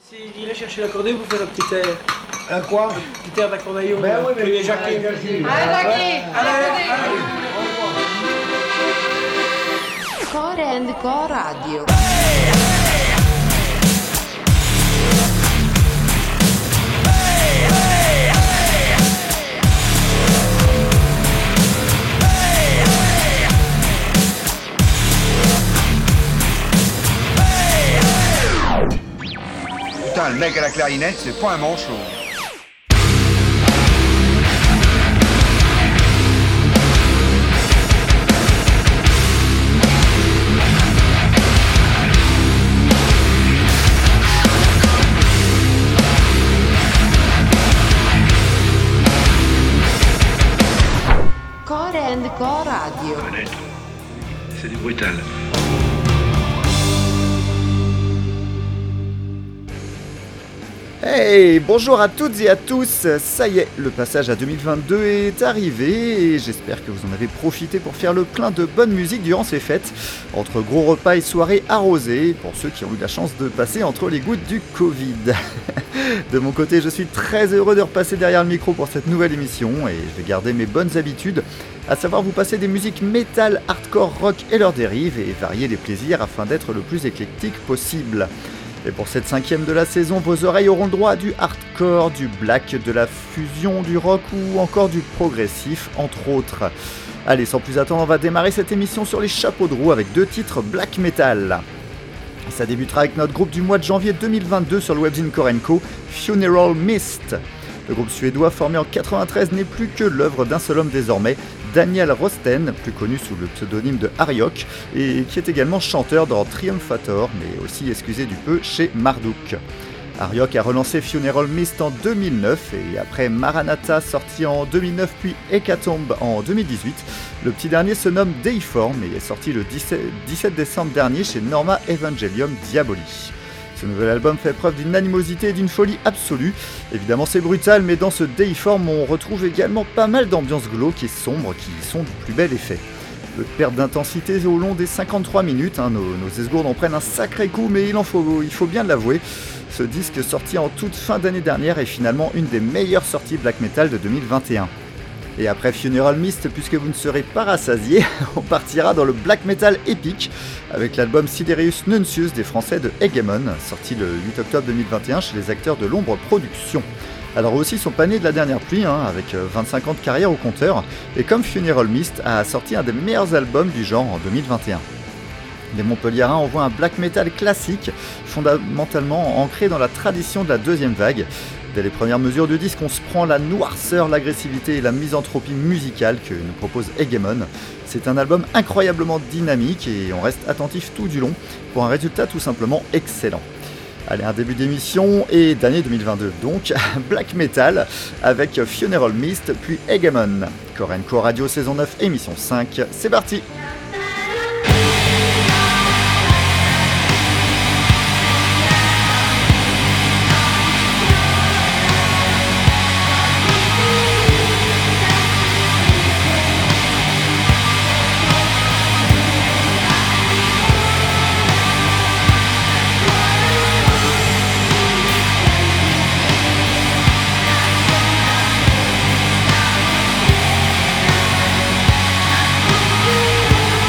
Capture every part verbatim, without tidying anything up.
Il irait chercher l'accordéon pour faire un petit air. Un quoi? Un petit air d'accordéon. Ben oui, mais que les Jacqueline. Allez, Jackie! Allez, allez. Core and Co Radio. Putain, le mec à la clarinette, c'est pas un manchot. Core and Co Radio. Honnête, c'est du brutal. Hey, bonjour à toutes et à tous, ça y est, le passage à deux mille vingt-deux est arrivé et j'espère que vous en avez profité pour faire le plein de bonne musique durant ces fêtes, entre gros repas et soirées arrosées, pour ceux qui ont eu la chance de passer entre les gouttes du Covid. De mon côté, je suis très heureux de repasser derrière le micro pour cette nouvelle émission et je vais garder mes bonnes habitudes, à savoir vous passer des musiques métal, hardcore, rock et leurs dérives et varier les plaisirs afin d'être le plus éclectique possible. Et pour cette cinquième de la saison, vos oreilles auront le droit à du hardcore, du black, de la fusion, du rock ou encore du progressif, entre autres. Allez, sans plus attendre, on va démarrer cette émission sur les chapeaux de roue avec deux titres black metal. Ça débutera avec notre groupe du mois de janvier deux mille vingt-deux sur le webzine Core and Co, Funeral Mist. Le groupe suédois formé en quatre-vingt-treize n'est plus que l'œuvre d'un seul homme désormais, Daniel Rosten, plus connu sous le pseudonyme de Ariok, et qui est également chanteur dans Triumphator, mais aussi, excusez du peu, chez Marduk. Ariok a relancé Funeral Mist en deux mille neuf, et après Maranatha sorti en deux mille neuf puis Hécatombe en deux mille dix-huit, le petit dernier se nomme Deiform et est sorti le dix-sept décembre dernier chez Norma Evangelium Diaboli. Ce nouvel album fait preuve d'une animosité et d'une folie absolue. Évidemment c'est brutal, mais dans ce Deiform on retrouve également pas mal d'ambiances glauques et sombres qui sont du plus bel effet. Peu de perte d'intensité au long des cinquante-trois minutes, hein, nos, nos esgourdes en prennent un sacré coup, mais il, en faut, il faut bien l'avouer. Ce disque sorti en toute fin d'année dernière est finalement une des meilleures sorties black metal de deux mille vingt et un. Et après Funeral Mist, puisque vous ne serez pas rassasiés, on partira dans le black metal épique avec l'album Siderius Nuncius des Français de Hegemon, sorti le huit octobre deux mille vingt et un chez les acteurs de l'Ombre Productions. Alors eux aussi sont pas nés de la dernière pluie, hein, avec vingt-cinq ans de carrière au compteur, et comme Funeral Mist a sorti un des meilleurs albums du genre en deux mille vingt et un. Les Montpelliérains envoient un black metal classique, fondamentalement ancré dans la tradition de la deuxième vague. Dès les premières mesures du disque, on se prend la noirceur, l'agressivité et la misanthropie musicale que nous propose Hegemon. C'est un album incroyablement dynamique et on reste attentif tout du long pour un résultat tout simplement excellent. Allez, un début d'émission et d'année deux mille vingt-deux donc, black metal avec Funeral Mist puis Hegemon. Core and Co Radio saison neuf émission cinq, c'est parti! We'll be right back.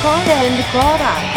Core and Co Radio.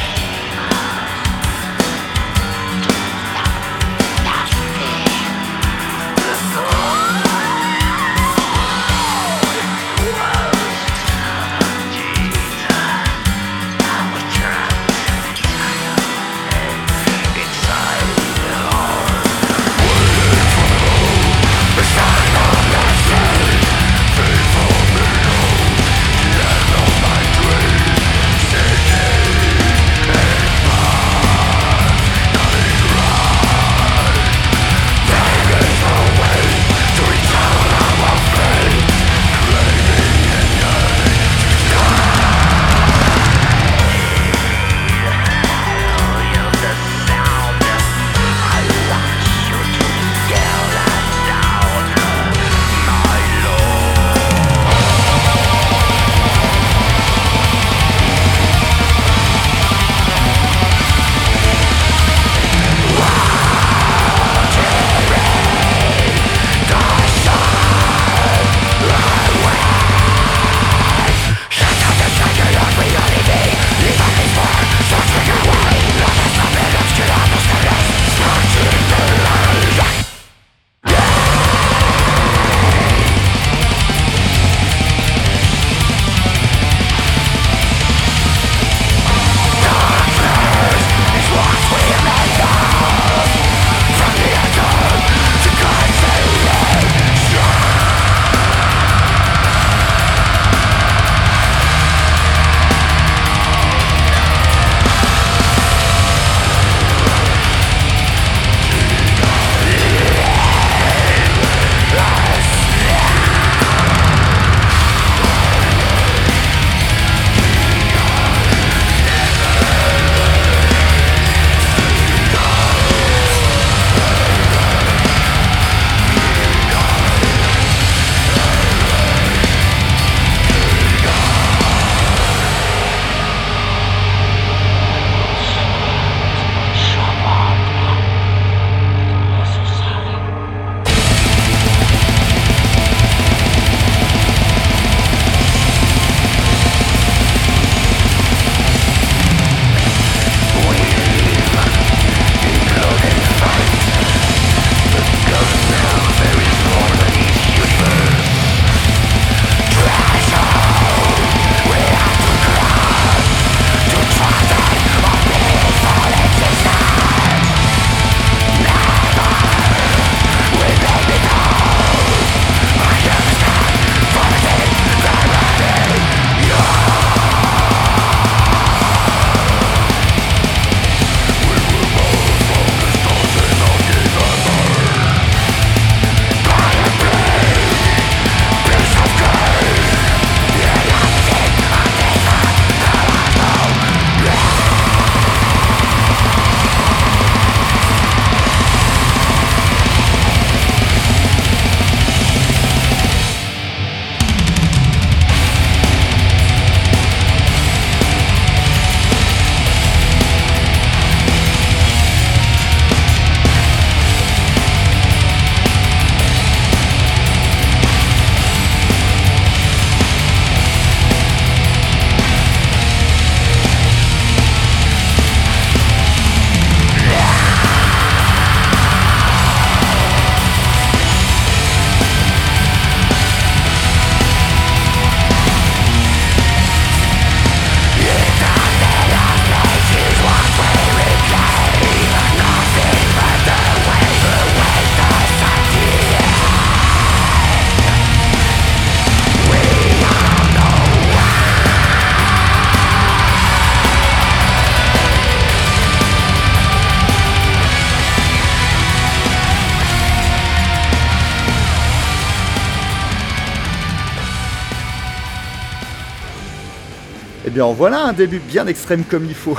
Eh bien voilà un début bien extrême comme il faut.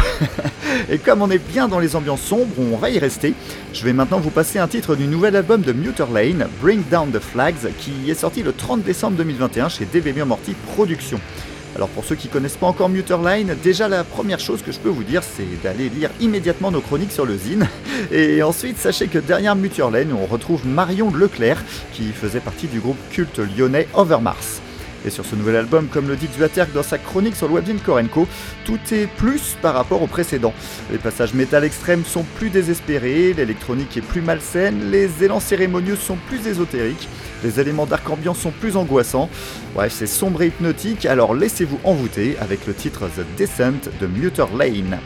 Et comme on est bien dans les ambiances sombres, on va y rester. Je vais maintenant vous passer un titre du nouvel album de Muterlane, Bring Down the Flags, qui est sorti le trente décembre deux mille vingt et un chez D V B Morty Productions. Alors pour ceux qui connaissent pas encore Muterlane, déjà la première chose que je peux vous dire, c'est d'aller lire immédiatement nos chroniques sur le zine. Et ensuite, sachez que derrière Muterlane, on retrouve Marion Leclerc, qui faisait partie du groupe culte lyonnais Overmars. Et sur ce nouvel album, comme le dit Xuaterk dans sa chronique sur le webzine Korenko, tout est plus par rapport au précédent. Les passages métal extrêmes sont plus désespérés, l'électronique est plus malsaine, les élans cérémonieux sont plus ésotériques, les éléments dark ambiant sont plus angoissants. Bref, c'est sombre et hypnotique, alors laissez-vous envoûter avec le titre The Descent de Mutter Lane.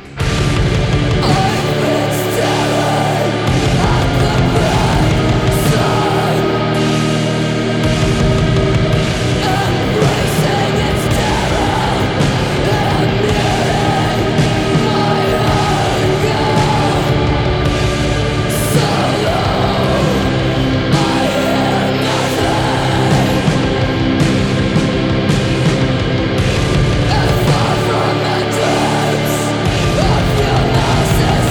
From the depths of your noses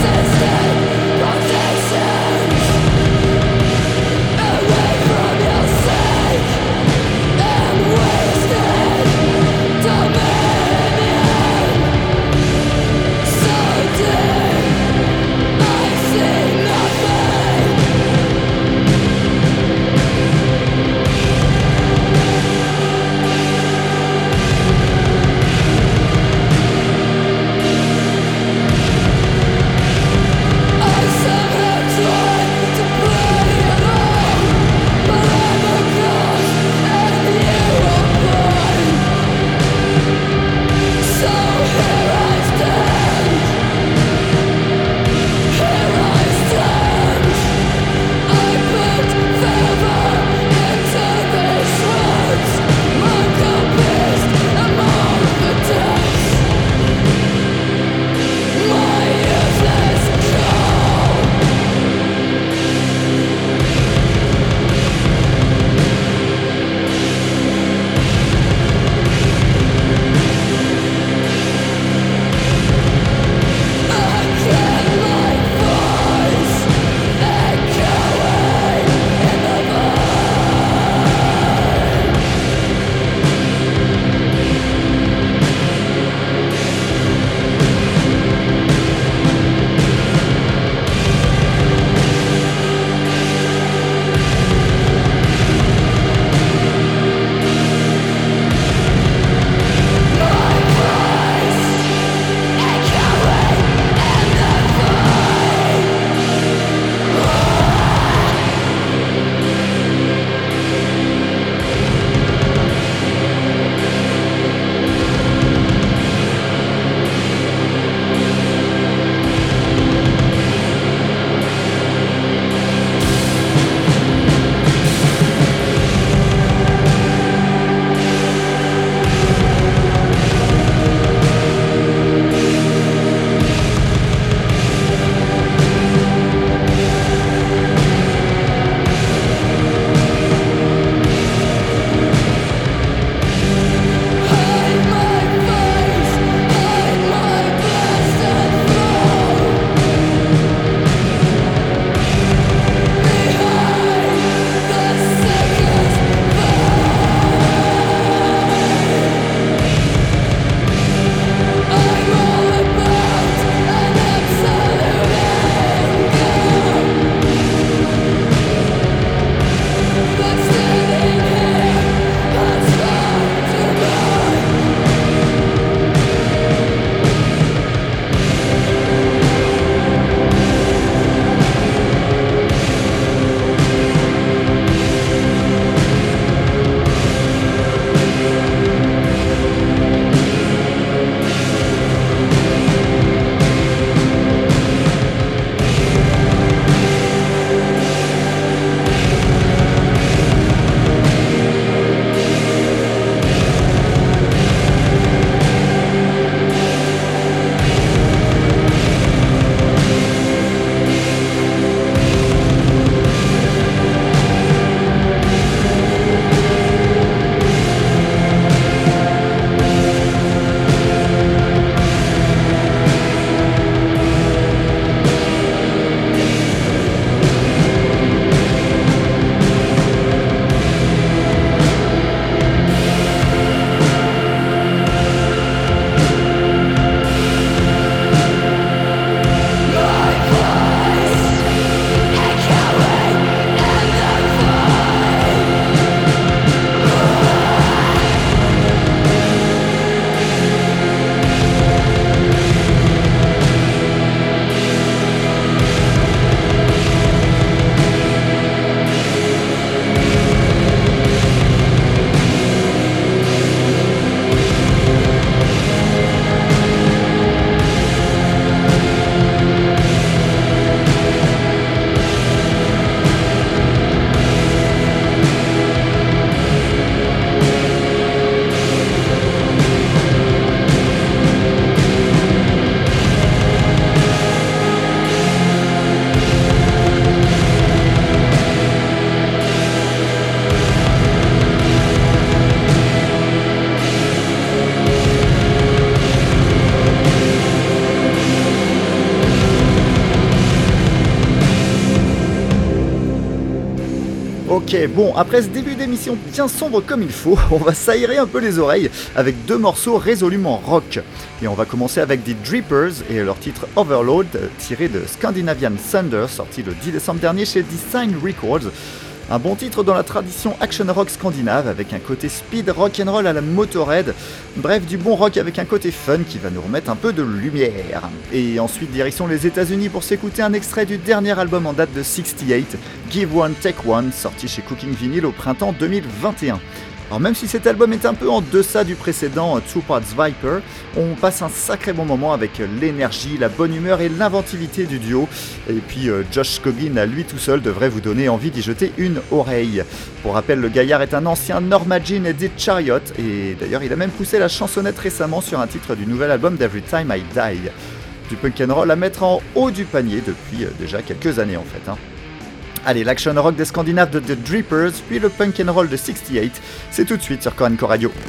Ok, bon, après ce début d'émission bien sombre comme il faut, on va s'aérer un peu les oreilles avec deux morceaux résolument rock. Et on va commencer avec des Drippers et leur titre Overload, tiré de Scandinavian Thunder, sorti le dix décembre dernier chez Design Records. Un bon titre dans la tradition action rock scandinave avec un côté speed rock'n'roll à la Motorhead. Bref, du bon rock avec un côté fun qui va nous remettre un peu de lumière. Et ensuite, direction les États-Unis pour s'écouter un extrait du dernier album en date de soixante-dix-huit, Give One Take One, sorti chez Cooking Vinyl au printemps deux mille vingt et un. Alors même si cet album est un peu en deçà du précédent Two Parts Viper, on passe un sacré bon moment avec l'énergie, la bonne humeur et l'inventivité du duo. Et puis euh, Josh Scogin à lui tout seul devrait vous donner envie d'y jeter une oreille. Pour rappel, le gaillard est un ancien Norma Jean et des Chariot, et d'ailleurs il a même poussé la chansonnette récemment sur un titre du nouvel album d'Every Time I Die. Du punk and roll à mettre en haut du panier depuis euh, déjà quelques années en fait. Hein. Allez, l'action rock des Scandinaves de The Drippers, puis le punk and roll de soixante-dix-huit, c'est tout de suite sur Core and Core Radio.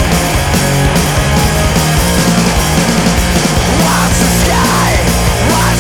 Watch the sky, watch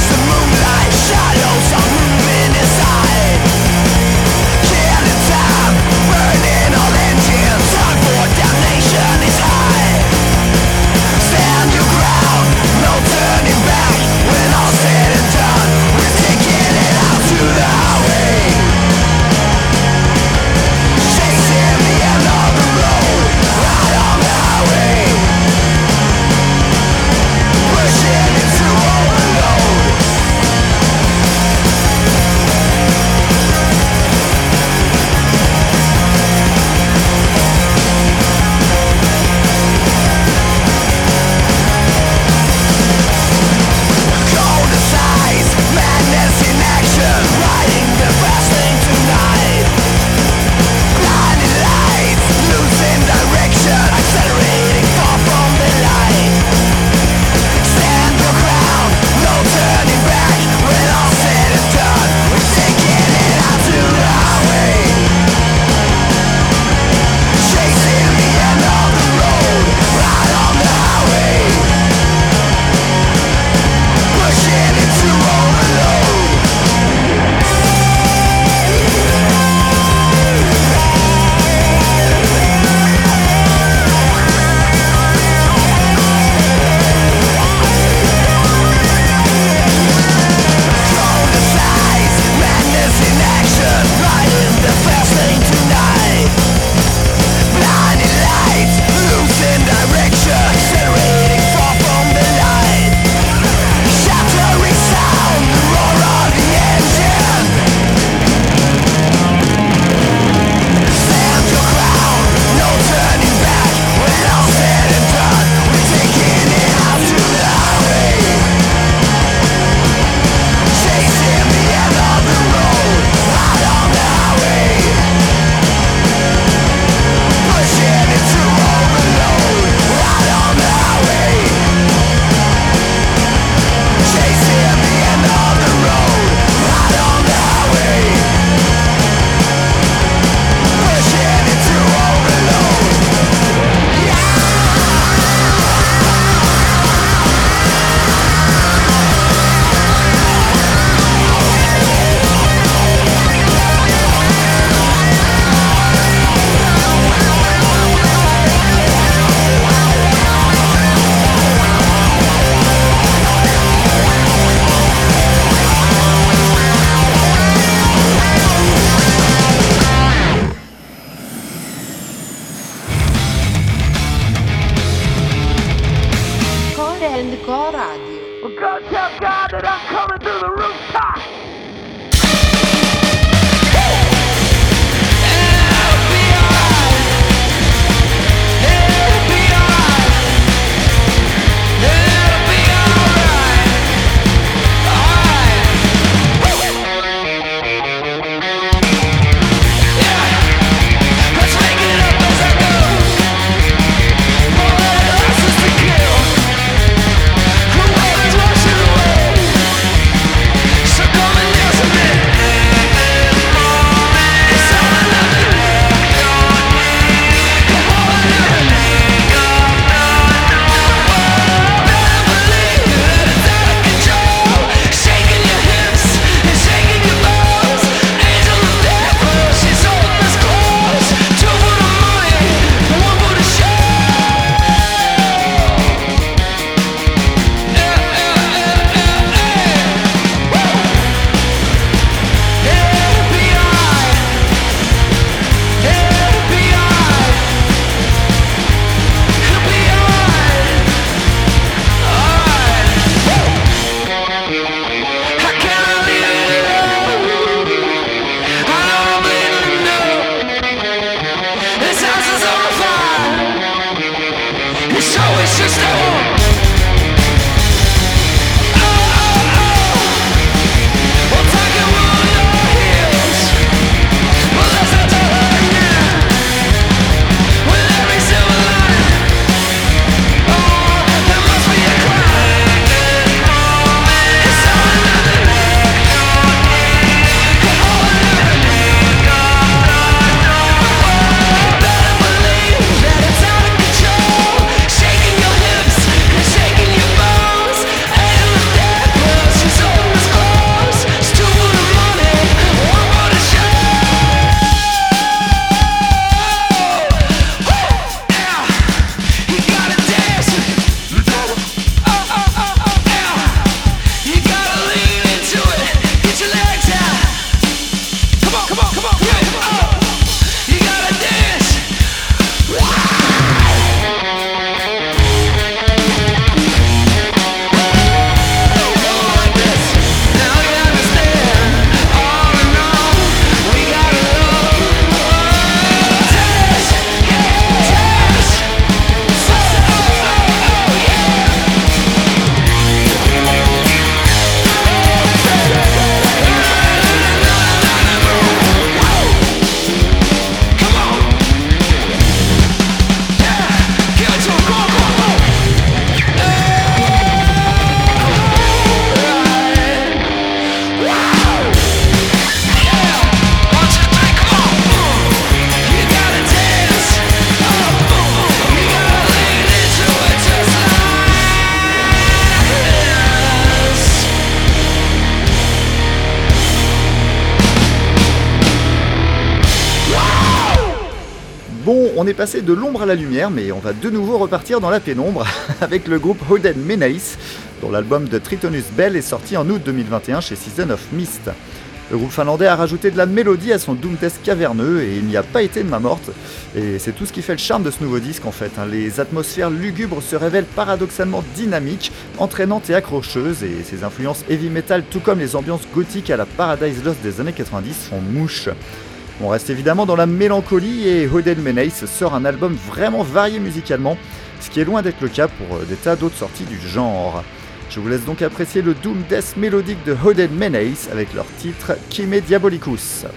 on est passé de l'ombre à la lumière, mais on va de nouveau repartir dans la pénombre avec le groupe Howden Menace, dont l'album de Tritonus Bell est sorti en août deux mille vingt et un chez Season of Mist. Le groupe finlandais a rajouté de la mélodie à son doom death caverneux et il n'y a pas été de main morte. Et c'est tout ce qui fait le charme de ce nouveau disque en fait. Les atmosphères lugubres se révèlent paradoxalement dynamiques, entraînantes et accrocheuses, et ses influences heavy metal tout comme les ambiances gothiques à la Paradise Lost des années quatre-vingt-dix font mouche. On reste évidemment dans la mélancolie et Howden Menace sort un album vraiment varié musicalement, ce qui est loin d'être le cas pour des tas d'autres sorties du genre. Je vous laisse donc apprécier le doom death mélodique de Howden Menace avec leur titre Kyme Diabolicus.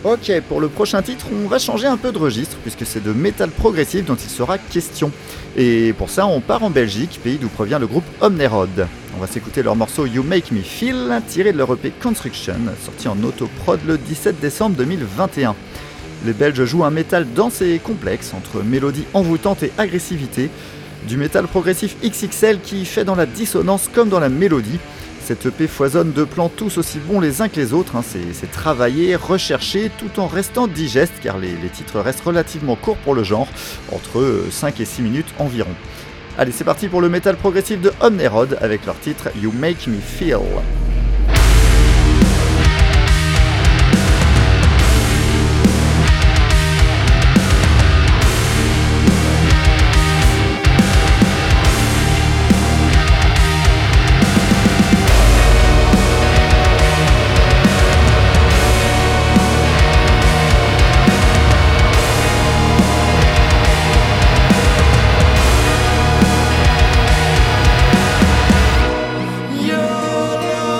Ok, pour le prochain titre, on va changer un peu de registre, puisque c'est de métal progressif dont il sera question. Et pour ça, on part en Belgique, pays d'où provient le groupe Omnerod. On va s'écouter leur morceau You Make Me Feel, tiré de leur E P Construction, sorti en autoprod le dix-sept décembre deux mille vingt et un. Les Belges jouent un métal dense et complexe, entre mélodie envoûtante et agressivité, du métal progressif X X L qui fait dans la dissonance comme dans la mélodie. Cette E P foisonne de plans tous aussi bons les uns que les autres, hein. c'est, c'est travaillé, recherché, tout en restant digeste, car les, les titres restent relativement courts pour le genre, entre cinq et six minutes environ. Allez, c'est parti pour le métal progressif de Omnerod avec leur titre You Make Me Feel. Your love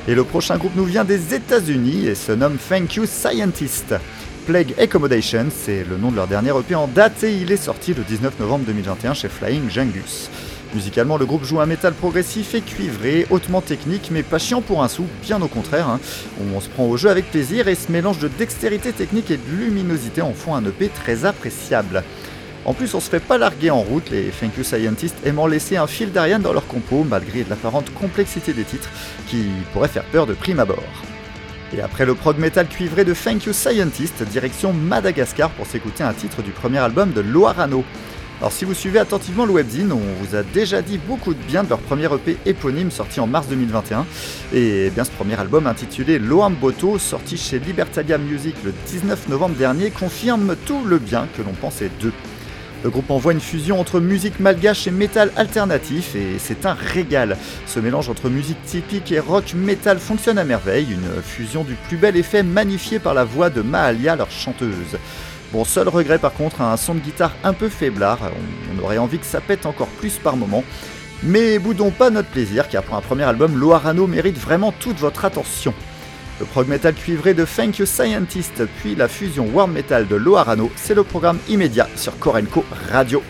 Et le prochain groupe nous vient des États-Unis et se nomme Thank You Scientist. Plague Accommodation, c'est le nom de leur dernier E P en date et il est sorti le dix-neuf novembre deux mille vingt et un chez Flying Jungus. Musicalement, le groupe joue un métal progressif et cuivré, hautement technique, mais pas chiant pour un sou, bien au contraire. Hein. On se prend au jeu avec plaisir et ce mélange de dextérité technique et de luminosité en font un E P très appréciable. En plus, on se fait pas larguer en route, les Thank You Scientists aimant laisser un fil d'Ariane dans leur compo, malgré l'apparente complexité des titres, qui pourrait faire peur de prime abord. Et après le prog metal cuivré de Thank You Scientists, direction Madagascar pour s'écouter un titre du premier album de Loarano. Alors si vous suivez attentivement le webzine, on vous a déjà dit beaucoup de bien de leur premier E P éponyme sorti en mars deux mille vingt et un. Et bien ce premier album intitulé Loamboto, sorti chez Libertalia Music le dix-neuf novembre dernier, confirme tout le bien que l'on pensait d'eux. Le groupe envoie une fusion entre musique malgache et métal alternatif et c'est un régal. Ce mélange entre musique typique et rock metal fonctionne à merveille, une fusion du plus bel effet magnifiée par la voix de Mahalia, leur chanteuse. Bon, seul regret par contre, un son de guitare un peu faiblard, on, on aurait envie que ça pète encore plus par moment. Mais boudons pas notre plaisir, car pour un premier album, Loarano mérite vraiment toute votre attention. Le prog metal cuivré de Thank You Scientist, puis la fusion warm metal de Loarano, c'est le programme immédiat sur Korenko Radio.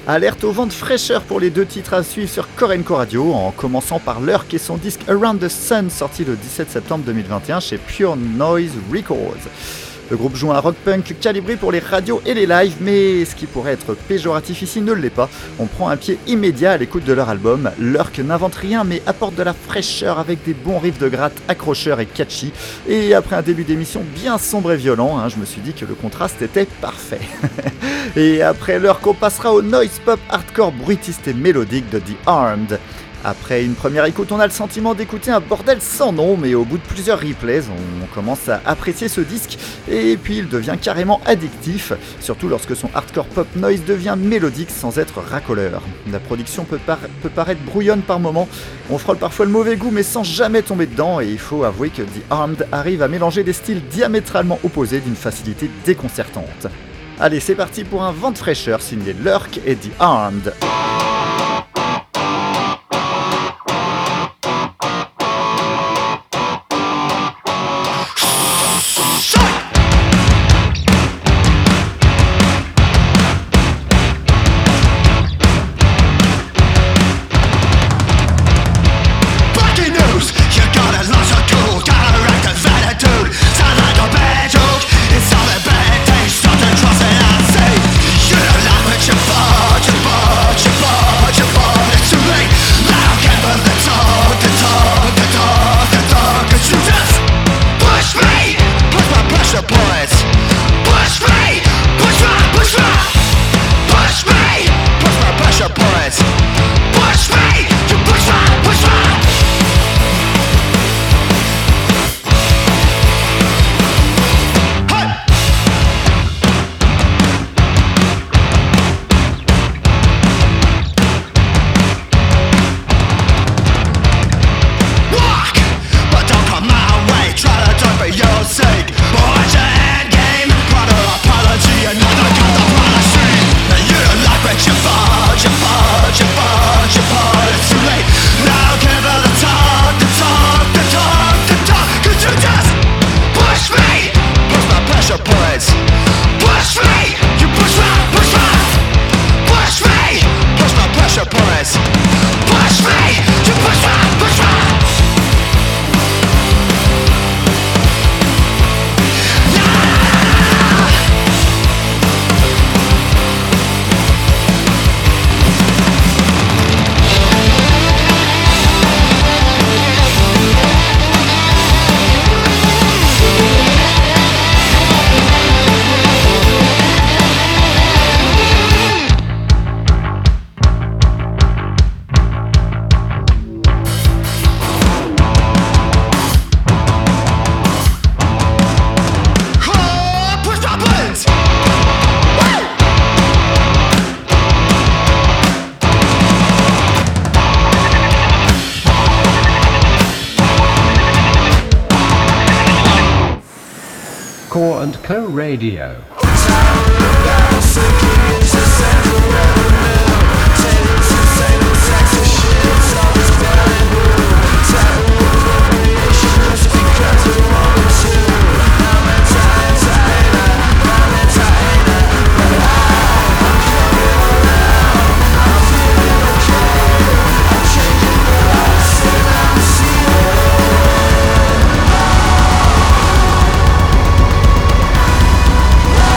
Alerte au vent de fraîcheur pour les deux titres à suivre sur Core and Core Radio, en commençant par Lurk et son disque Around the Sun, sorti le dix-sept septembre deux mille vingt et un chez Pure Noise Records. Le groupe joue un rock-punk calibré pour les radios et les lives, mais ce qui pourrait être péjoratif ici ne l'est pas. On prend un pied immédiat à l'écoute de leur album. Lurk n'invente rien mais apporte de la fraîcheur avec des bons riffs de gratte accrocheurs et catchy. Et après un début d'émission bien sombre et violent, hein, je me suis dit que le contraste était parfait. Et après Lurk, on passera au noise pop hardcore bruitiste et mélodique de The Armed. Après une première écoute, on a le sentiment d'écouter un bordel sans nom, mais au bout de plusieurs replays, on commence à apprécier ce disque, et puis il devient carrément addictif, surtout lorsque son hardcore pop noise devient mélodique sans être racoleur. La production peut, par- peut paraître brouillonne par moments, on frôle parfois le mauvais goût mais sans jamais tomber dedans, et il faut avouer que The Armed arrive à mélanger des styles diamétralement opposés d'une facilité déconcertante. Allez, c'est parti pour un vent de fraîcheur signé Lurk et The Armed. Core and Co Radio. We'll be right back.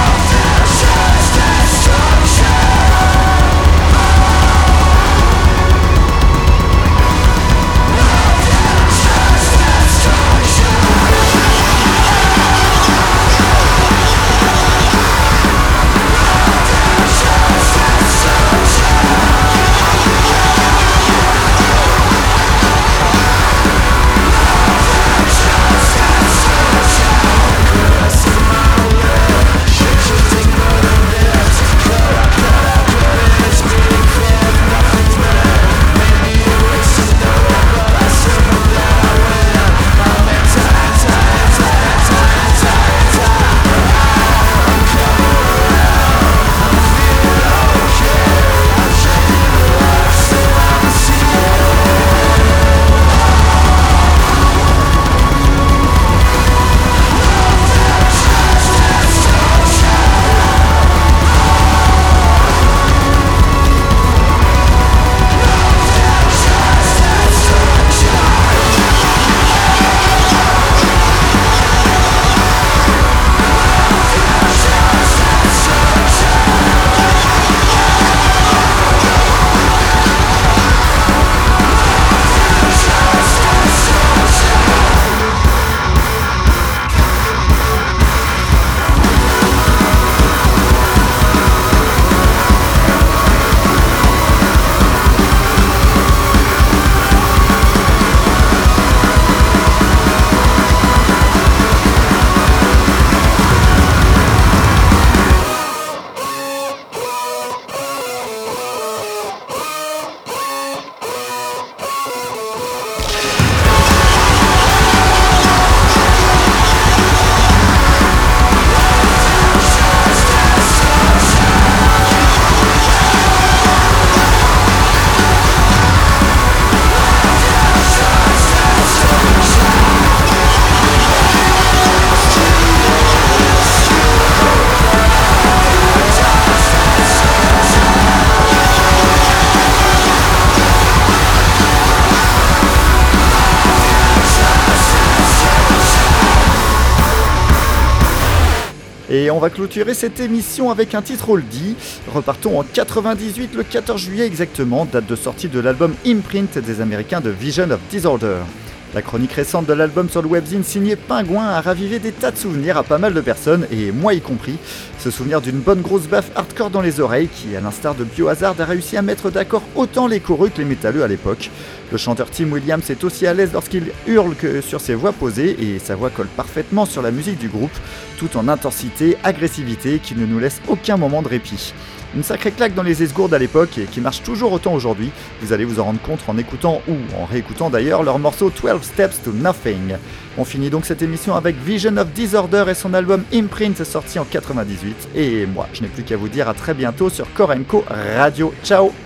Et on va clôturer cette émission avec un titre oldie. Repartons en quatre-vingt-dix-huit, le quatorze juillet exactement, date de sortie de l'album Imprint des Américains de Vision of Disorder. La chronique récente de l'album sur le webzine signé Pingouin a ravivé des tas de souvenirs à pas mal de personnes, et moi y compris. Ce souvenir d'une bonne grosse baffe hardcore dans les oreilles qui, à l'instar de Biohazard, a réussi à mettre d'accord autant les choreux que les métalleux à l'époque. Le chanteur Tim Williams est aussi à l'aise lorsqu'il hurle que sur ses voix posées, et sa voix colle parfaitement sur la musique du groupe, tout en intensité, agressivité qui ne nous laisse aucun moment de répit. Une sacrée claque dans les esgourdes à l'époque et qui marche toujours autant aujourd'hui. Vous allez vous en rendre compte en écoutant ou en réécoutant d'ailleurs leur morceau twelve Steps to Nothing. On finit donc cette émission avec Vision of Disorder et son album Imprint sorti en quatre-vingt-dix-huit. Et moi, je n'ai plus qu'à vous dire à très bientôt sur Core and Co Radio. Ciao!